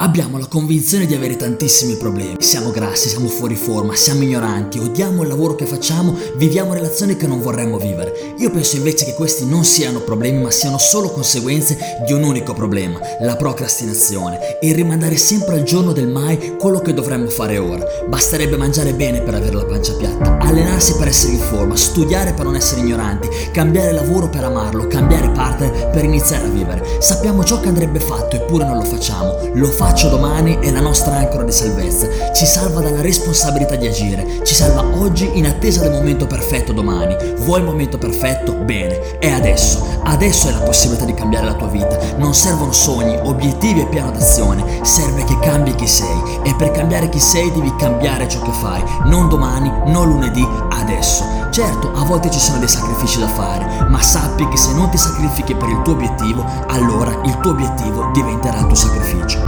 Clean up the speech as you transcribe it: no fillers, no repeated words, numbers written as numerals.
Abbiamo la convinzione di avere tantissimi problemi. Siamo grassi, siamo fuori forma, siamo ignoranti, odiamo il lavoro che facciamo, viviamo relazioni che non vorremmo vivere. Io penso invece che questi non siano problemi, ma siano solo conseguenze di un unico problema, la procrastinazione, e il rimandare sempre al giorno del mai quello che dovremmo fare ora. Basterebbe mangiare bene per avere la pancia piatta, allenarsi per essere in forma, studiare per non essere ignoranti, cambiare lavoro per amarlo, cambiare partner per iniziare a vivere. Sappiamo ciò che andrebbe fatto eppure non lo facciamo. Lo faccio domani è la nostra ancora di salvezza, ci salva dalla responsabilità di agire, ci salva oggi in attesa del momento perfetto domani. Vuoi il momento perfetto? Bene, è adesso. Adesso è la possibilità di cambiare la tua vita. Non servono sogni, obiettivi e piano d'azione, serve che cambi chi sei, e per cambiare chi sei devi cambiare ciò che fai, non domani, non lunedì, adesso. Certo, a volte ci sono dei sacrifici da fare, ma sappi che se non ti sacrifichi per il tuo obiettivo, allora il tuo obiettivo diventerà il tuo sacrificio.